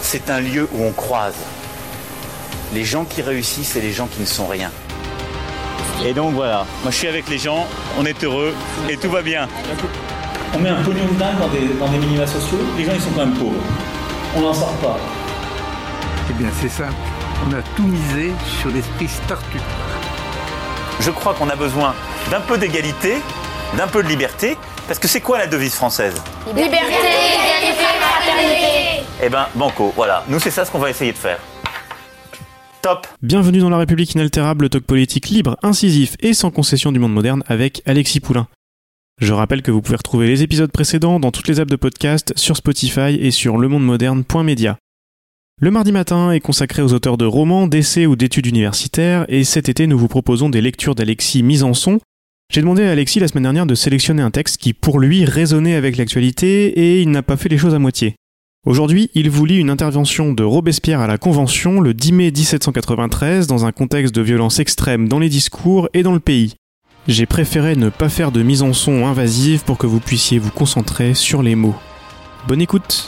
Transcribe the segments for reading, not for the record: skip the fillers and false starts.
c'est un lieu où on croise les gens qui réussissent et les gens qui ne sont rien. Et donc voilà, moi je suis avec les gens, on est heureux et tout va bien. On met un pognon de dingue dans des minima sociaux, les gens ils sont quand même pauvres. On n'en sort pas. Eh bien c'est simple, on a tout misé sur l'esprit start-up. Je crois qu'on a besoin d'un peu d'égalité, d'un peu de liberté, parce que c'est quoi la devise française ? Liberté, égalité, fraternité. Eh ben banco, voilà, nous c'est ça ce qu'on va essayer de faire. Top. Bienvenue dans La République inaltérable, le talk politique libre, incisif et sans concession du monde moderne avec Alexis Poulain. Je rappelle que vous pouvez retrouver les épisodes précédents dans toutes les apps de podcast, sur Spotify et sur lemondemoderne.media. Le mardi matin est consacré aux auteurs de romans, d'essais ou d'études universitaires, et cet été nous vous proposons des lectures d'Alexis mises en son. J'ai demandé à Alexis la semaine dernière de sélectionner un texte qui pour lui résonnait avec l'actualité et il n'a pas fait les choses à moitié. Aujourd'hui, il vous lit une intervention de Robespierre à la Convention le 10 mai 1793 dans un contexte de violence extrême dans les discours et dans le pays. J'ai préféré ne pas faire de mise en son invasive pour que vous puissiez vous concentrer sur les mots. Bonne écoute.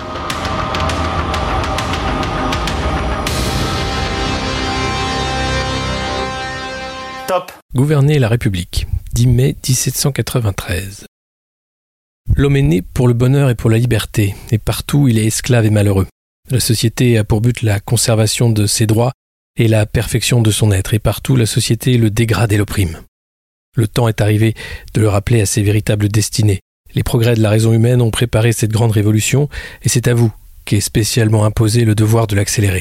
Top. Gouverner la République, 10 mai 1793. L'homme est né pour le bonheur et pour la liberté, et partout il est esclave et malheureux. La société a pour but la conservation de ses droits et la perfection de son être, et partout la société le dégrade et l'opprime. Le temps est arrivé de le rappeler à ses véritables destinées. Les progrès de la raison humaine ont préparé cette grande révolution, et c'est à vous qu'est spécialement imposé le devoir de l'accélérer.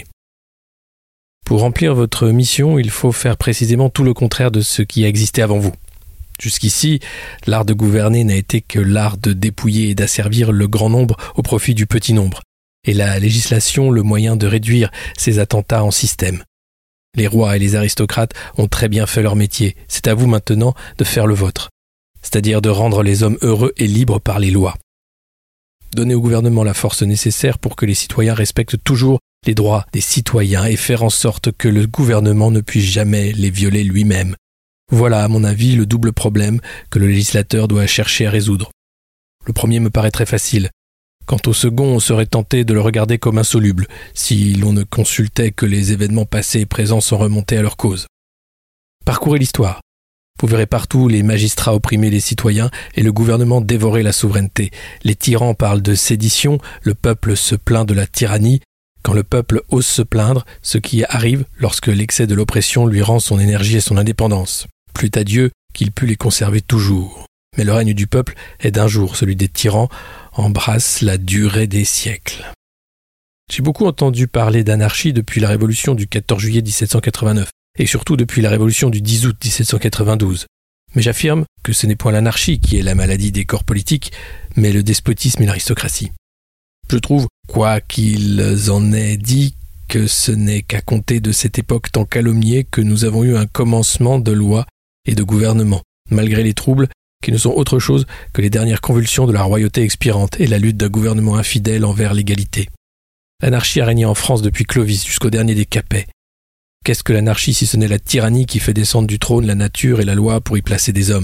Pour remplir votre mission, il faut faire précisément tout le contraire de ce qui a existé avant vous. Jusqu'ici, l'art de gouverner n'a été que l'art de dépouiller et d'asservir le grand nombre au profit du petit nombre, et la législation le moyen de réduire ces attentats en système. Les rois et les aristocrates ont très bien fait leur métier, c'est à vous maintenant de faire le vôtre, c'est-à-dire de rendre les hommes heureux et libres par les lois. Donnez au gouvernement la force nécessaire pour que les citoyens respectent toujours les droits des citoyens et faire en sorte que le gouvernement ne puisse jamais les violer lui-même. Voilà, à mon avis, le double problème que le législateur doit chercher à résoudre. Le premier me paraît très facile. Quant au second, on serait tenté de le regarder comme insoluble, si l'on ne consultait que les événements passés et présents sans remonter à leur cause. Parcourez l'histoire. Vous verrez partout les magistrats opprimer les citoyens et le gouvernement dévorer la souveraineté. Les tyrans parlent de sédition, le peuple se plaint de la tyrannie. Quand le peuple ose se plaindre, ce qui arrive lorsque l'excès de l'oppression lui rend son énergie et son indépendance. Plût à Dieu qu'il pût les conserver toujours. Mais le règne du peuple est d'un jour, celui des tyrans embrasse la durée des siècles. J'ai beaucoup entendu parler d'anarchie depuis la révolution du 14 juillet 1789, et surtout depuis la révolution du 10 août 1792. Mais j'affirme que ce n'est point l'anarchie qui est la maladie des corps politiques, mais le despotisme et l'aristocratie. Je trouve, quoi qu'ils en aient dit, que ce n'est qu'à compter de cette époque tant calomniée que nous avons eu un commencement de loi et de gouvernement, malgré les troubles qui ne sont autre chose que les dernières convulsions de la royauté expirante et la lutte d'un gouvernement infidèle envers l'égalité. L'anarchie a régné en France depuis Clovis jusqu'au dernier des Capets. Qu'est-ce que l'anarchie si ce n'est la tyrannie qui fait descendre du trône la nature et la loi pour y placer des hommes ?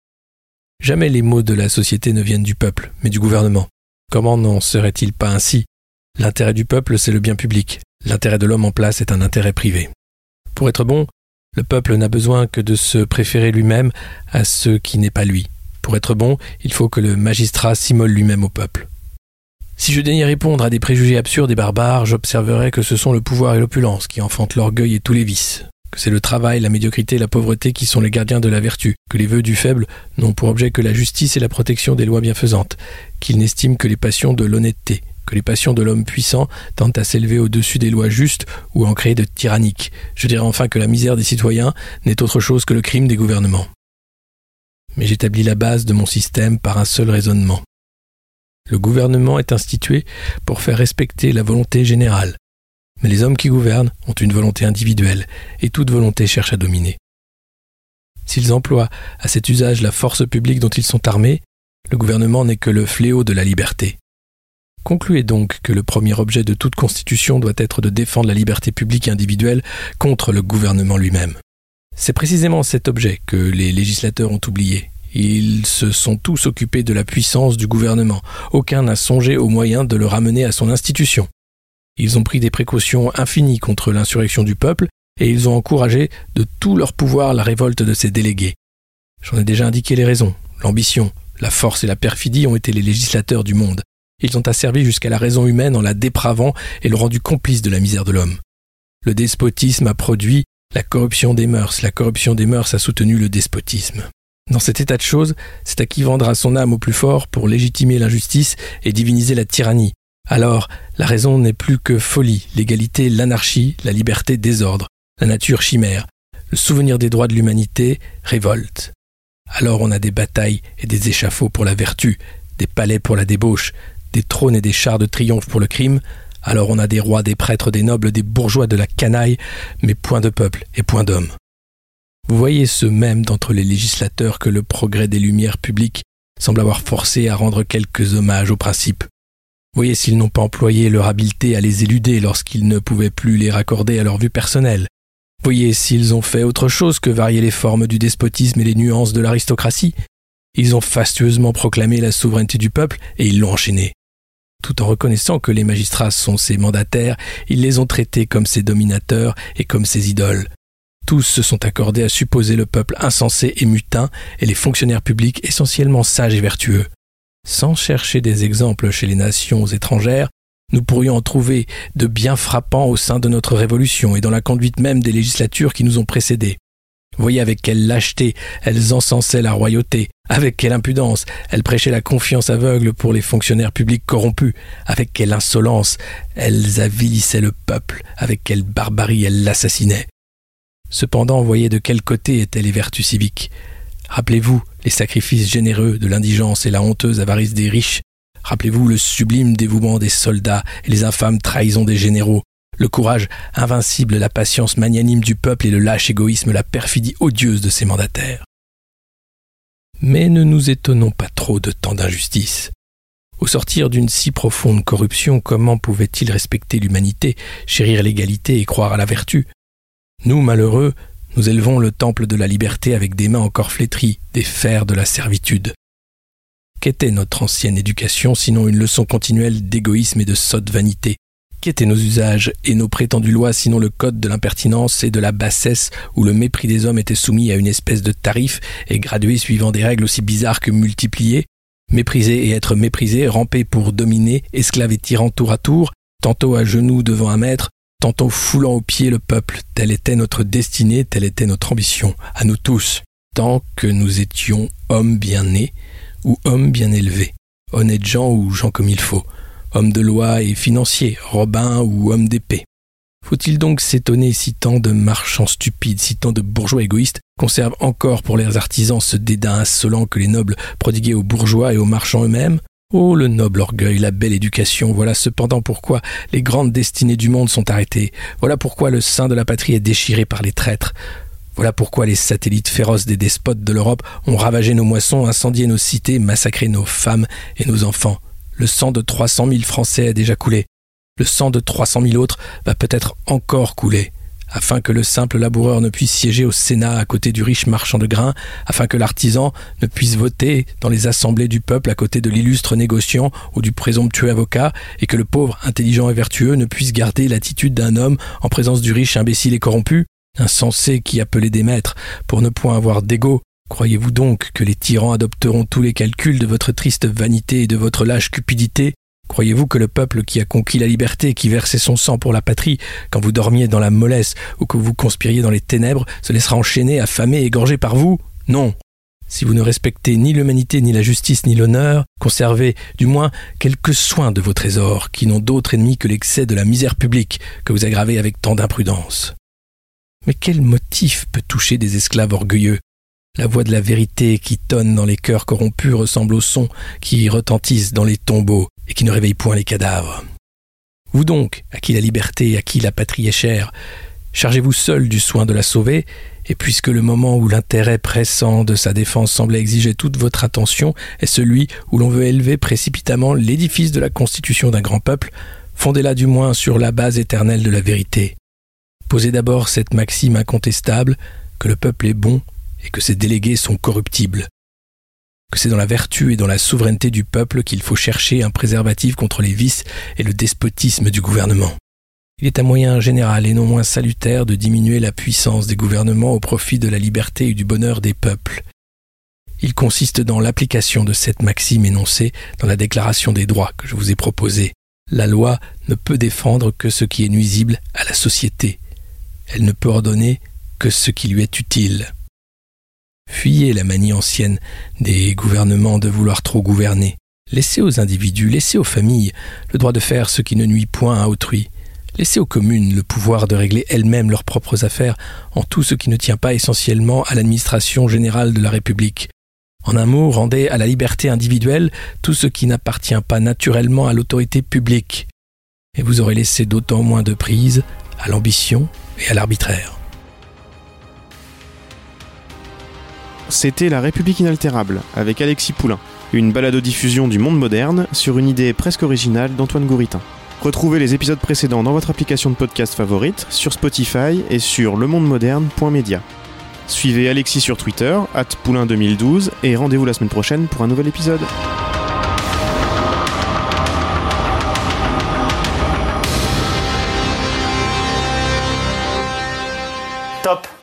Jamais les maux de la société ne viennent du peuple, mais du gouvernement. Comment n'en serait-il pas ainsi ? L'intérêt du peuple, c'est le bien public. L'intérêt de l'homme en place est un intérêt privé. Pour être bon, le peuple n'a besoin que de se préférer lui-même à ce qui n'est pas lui. Pour être bon, il faut que le magistrat s'immole lui-même au peuple. Si je daignais répondre à des préjugés absurdes et barbares, j'observerais que ce sont le pouvoir et l'opulence qui enfantent l'orgueil et tous les vices, que c'est le travail, la médiocrité et la pauvreté qui sont les gardiens de la vertu, que les vœux du faible n'ont pour objet que la justice et la protection des lois bienfaisantes, qu'ils n'estiment que les passions de l'honnêteté, que les passions de l'homme puissant tentent à s'élever au-dessus des lois justes ou à en créer de tyranniques. Je dirais enfin que la misère des citoyens n'est autre chose que le crime des gouvernements. Mais j'établis la base de mon système par un seul raisonnement. Le gouvernement est institué pour faire respecter la volonté générale. Mais les hommes qui gouvernent ont une volonté individuelle, et toute volonté cherche à dominer. S'ils emploient à cet usage la force publique dont ils sont armés, le gouvernement n'est que le fléau de la liberté. Concluez donc que le premier objet de toute constitution doit être de défendre la liberté publique et individuelle contre le gouvernement lui-même. C'est précisément cet objet que les législateurs ont oublié. Ils se sont tous occupés de la puissance du gouvernement. Aucun n'a songé aux moyens de le ramener à son institution. Ils ont pris des précautions infinies contre l'insurrection du peuple et ils ont encouragé de tout leur pouvoir la révolte de ses délégués. J'en ai déjà indiqué les raisons. L'ambition, la force et la perfidie ont été les législateurs du monde. Ils ont asservi jusqu'à la raison humaine en la dépravant et l'ont rendue complice de la misère de l'homme. Le despotisme a produit la corruption des mœurs. La corruption des mœurs a soutenu le despotisme. Dans cet état de choses, c'est à qui vendra son âme au plus fort pour légitimer l'injustice et diviniser la tyrannie. Alors, la raison n'est plus que folie, l'égalité, l'anarchie, la liberté, désordre, la nature, chimère, le souvenir des droits de l'humanité, révolte. Alors on a des batailles et des échafauds pour la vertu, des palais pour la débauche, des trônes et des chars de triomphe pour le crime. Alors on a des rois, des prêtres, des nobles, des bourgeois, de la canaille, mais point de peuple et point d'homme. Vous voyez ceux même d'entre les législateurs que le progrès des lumières publiques semble avoir forcé à rendre quelques hommages aux principes. Voyez s'ils n'ont pas employé leur habileté à les éluder lorsqu'ils ne pouvaient plus les raccorder à leur vue personnelle. Voyez s'ils ont fait autre chose que varier les formes du despotisme et les nuances de l'aristocratie. Ils ont fastueusement proclamé la souveraineté du peuple et ils l'ont enchaînée. Tout en reconnaissant que les magistrats sont ses mandataires, ils les ont traités comme ses dominateurs et comme ses idoles. Tous se sont accordés à supposer le peuple insensé et mutin et les fonctionnaires publics essentiellement sages et vertueux. Sans chercher des exemples chez les nations étrangères, nous pourrions en trouver de bien frappants au sein de notre révolution et dans la conduite même des législatures qui nous ont précédés. Voyez avec quelle lâcheté elles encensaient la royauté, avec quelle impudence elles prêchaient la confiance aveugle pour les fonctionnaires publics corrompus, avec quelle insolence elles avilissaient le peuple, avec quelle barbarie elles l'assassinaient. Cependant, voyez de quel côté étaient les vertus civiques. Rappelez-vous les sacrifices généreux de l'indigence et la honteuse avarice des riches. Rappelez-vous le sublime dévouement des soldats et les infâmes trahisons des généraux, le courage invincible, la patience magnanime du peuple et le lâche égoïsme, la perfidie odieuse de ses mandataires. Mais ne nous étonnons pas trop de tant d'injustice. Au sortir d'une si profonde corruption, comment pouvaient-ils respecter l'humanité, chérir l'égalité et croire à la vertu ? Nous, malheureux, nous élevons le temple de la liberté avec des mains encore flétries, des fers de la servitude. Qu'était notre ancienne éducation sinon une leçon continuelle d'égoïsme et de sotte vanité ? Qu'étaient nos usages et nos prétendues lois sinon le code de l'impertinence et de la bassesse où le mépris des hommes était soumis à une espèce de tarif et gradué suivant des règles aussi bizarres que multipliées ? Mépriser et être méprisé, ramper pour dominer, esclave et tyran tour à tour, tantôt à genoux devant un maître, tantôt foulant aux pieds le peuple. Telle était notre destinée, telle était notre ambition, à nous tous, tant que nous étions hommes bien nés ou hommes bien élevés, honnêtes gens ou gens comme il faut, hommes de loi et financiers, robins ou hommes d'épée. Faut-il donc s'étonner si tant de marchands stupides, si tant de bourgeois égoïstes conservent encore pour leurs artisans ce dédain insolent que les nobles prodiguaient aux bourgeois et aux marchands eux-mêmes ? Oh, le noble orgueil, la belle éducation, voilà cependant pourquoi les grandes destinées du monde sont arrêtées. Voilà pourquoi le sein de la patrie est déchiré par les traîtres. Voilà pourquoi les satellites féroces des despotes de l'Europe ont ravagé nos moissons, incendié nos cités, massacré nos femmes et nos enfants. Le sang de 300 000 Français a déjà coulé. Le sang de 300 000 autres va peut-être encore couler. Afin que le simple laboureur ne puisse siéger au Sénat à côté du riche marchand de grains, afin que l'artisan ne puisse voter dans les assemblées du peuple à côté de l'illustre négociant ou du présomptueux avocat, et que le pauvre, intelligent et vertueux ne puisse garder l'attitude d'un homme en présence du riche imbécile et corrompu, insensé qui appelait des maîtres pour ne point avoir d'égaux. Croyez-vous donc que les tyrans adopteront tous les calculs de votre triste vanité et de votre lâche cupidité ? Croyez-vous que le peuple qui a conquis la liberté, qui versait son sang pour la patrie, quand vous dormiez dans la mollesse ou que vous conspiriez dans les ténèbres, se laissera enchaîner, affamé, égorgé par vous ? Non. Si vous ne respectez ni l'humanité, ni la justice, ni l'honneur, conservez, du moins, quelques soins de vos trésors, qui n'ont d'autre ennemi que l'excès de la misère publique que vous aggravez avec tant d'imprudence. Mais quel motif peut toucher des esclaves orgueilleux ? La voix de la vérité qui tonne dans les cœurs corrompus ressemble aux sons qui retentissent dans les tombeaux et qui ne réveillent point les cadavres. Vous donc, à qui la liberté et à qui la patrie est chère, chargez-vous seul du soin de la sauver, et puisque le moment où l'intérêt pressant de sa défense semble exiger toute votre attention est celui où l'on veut élever précipitamment l'édifice de la constitution d'un grand peuple, fondez-la du moins sur la base éternelle de la vérité. Posez d'abord cette maxime incontestable que le peuple est bon et que ses délégués sont corruptibles, que c'est dans la vertu et dans la souveraineté du peuple qu'il faut chercher un préservatif contre les vices et le despotisme du gouvernement. Il est un moyen général et non moins salutaire de diminuer la puissance des gouvernements au profit de la liberté et du bonheur des peuples. Il consiste dans l'application de cette maxime énoncée dans la Déclaration des droits que je vous ai proposée. La loi ne peut défendre que ce qui est nuisible à la société. Elle ne peut ordonner que ce qui lui est utile. Fuyez la manie ancienne des gouvernements de vouloir trop gouverner. Laissez aux individus, laissez aux familles le droit de faire ce qui ne nuit point à autrui. Laissez aux communes le pouvoir de régler elles-mêmes leurs propres affaires en tout ce qui ne tient pas essentiellement à l'administration générale de la République. En un mot, rendez à la liberté individuelle tout ce qui n'appartient pas naturellement à l'autorité publique. Et vous aurez laissé d'autant moins de prise à l'ambition et à l'arbitraire. C'était La République inaltérable, avec Alexis Poulain, une balado-diffusion du monde moderne sur une idée presque originale d'Antoine Gouritin. Retrouvez les épisodes précédents dans votre application de podcast favorite, sur Spotify et sur lemondemoderne.media. Suivez Alexis sur Twitter, @poulain2012, et rendez-vous la semaine prochaine pour un nouvel épisode. Top.